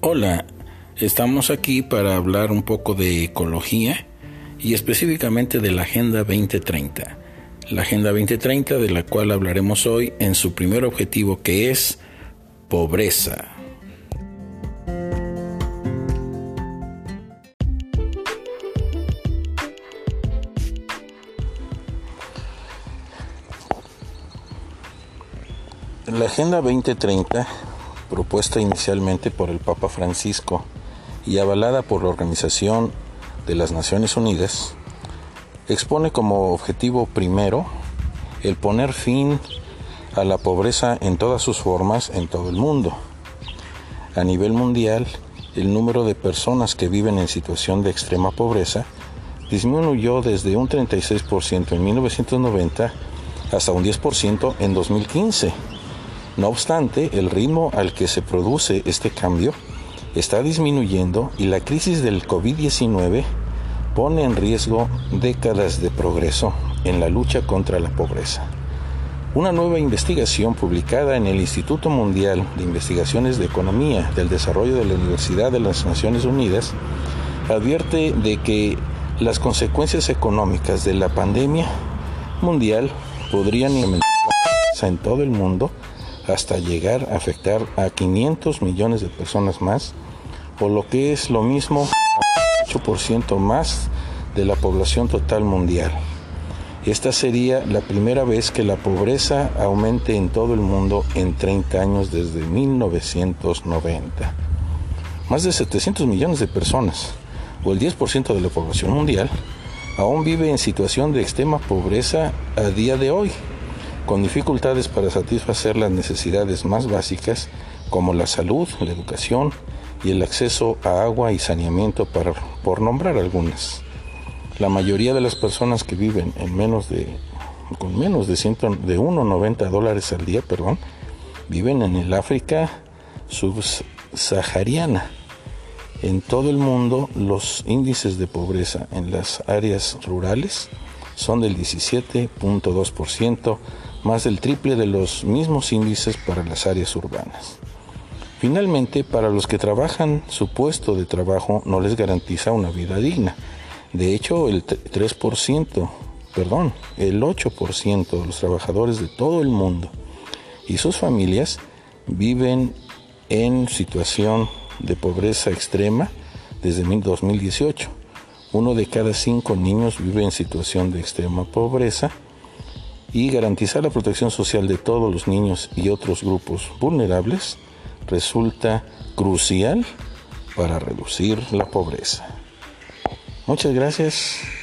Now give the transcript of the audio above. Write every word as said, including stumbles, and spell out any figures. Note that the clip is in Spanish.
Hola, estamos aquí para hablar un poco de ecología y específicamente de la Agenda veinte treinta. La Agenda veinte treinta, de la cual hablaremos hoy en su primer objetivo, que es pobreza. La Agenda veinte treinta, propuesta inicialmente por el Papa Francisco y avalada por la Organización de las Naciones Unidas, expone como objetivo primero el poner fin a la pobreza en todas sus formas en todo el mundo. A nivel mundial, el número de personas que viven en situación de extrema pobreza disminuyó desde un treinta y seis por ciento en mil novecientos noventa hasta un diez por ciento en dos mil quince. No obstante, el ritmo al que se produce este cambio está disminuyendo y la crisis del covid diecinueve pone en riesgo décadas de progreso en la lucha contra la pobreza. Una nueva investigación publicada en el Instituto Mundial de Investigaciones de Economía del Desarrollo de la Universidad de las Naciones Unidas advierte de que las consecuencias económicas de la pandemia mundial podrían aumentar la pobreza en todo el mundo hasta llegar a afectar a quinientos millones de personas más, o lo que es lo mismo, ocho por ciento más de la población total mundial. Esta sería la primera vez que la pobreza aumente en todo el mundo en treinta años desde mil novecientos noventa. Más de setecientos millones de personas, o el diez por ciento de la población mundial, aún vive en situación de extrema pobreza a día de hoy, con dificultades para satisfacer las necesidades más básicas como la salud, la educación y el acceso a agua y saneamiento, para, por nombrar algunas. La mayoría de las personas que viven en menos de, con menos de, cien, de uno coma noventa dólares al día, perdón, viven en el África subsahariana. En todo el mundo, los índices de pobreza en las áreas rurales son del diecisiete punto dos por ciento, más del triple de los mismos índices para las áreas urbanas. Finalmente, para los que trabajan, su puesto de trabajo no les garantiza una vida digna. De hecho, el tres por ciento, perdón, el ocho por ciento de los trabajadores de todo el mundo y sus familias viven en situación de pobreza extrema desde dos mil dieciocho. Uno de cada cinco niños vive en situación de extrema pobreza, y garantizar la protección social de todos los niños y otros grupos vulnerables resulta crucial para reducir la pobreza. Muchas gracias.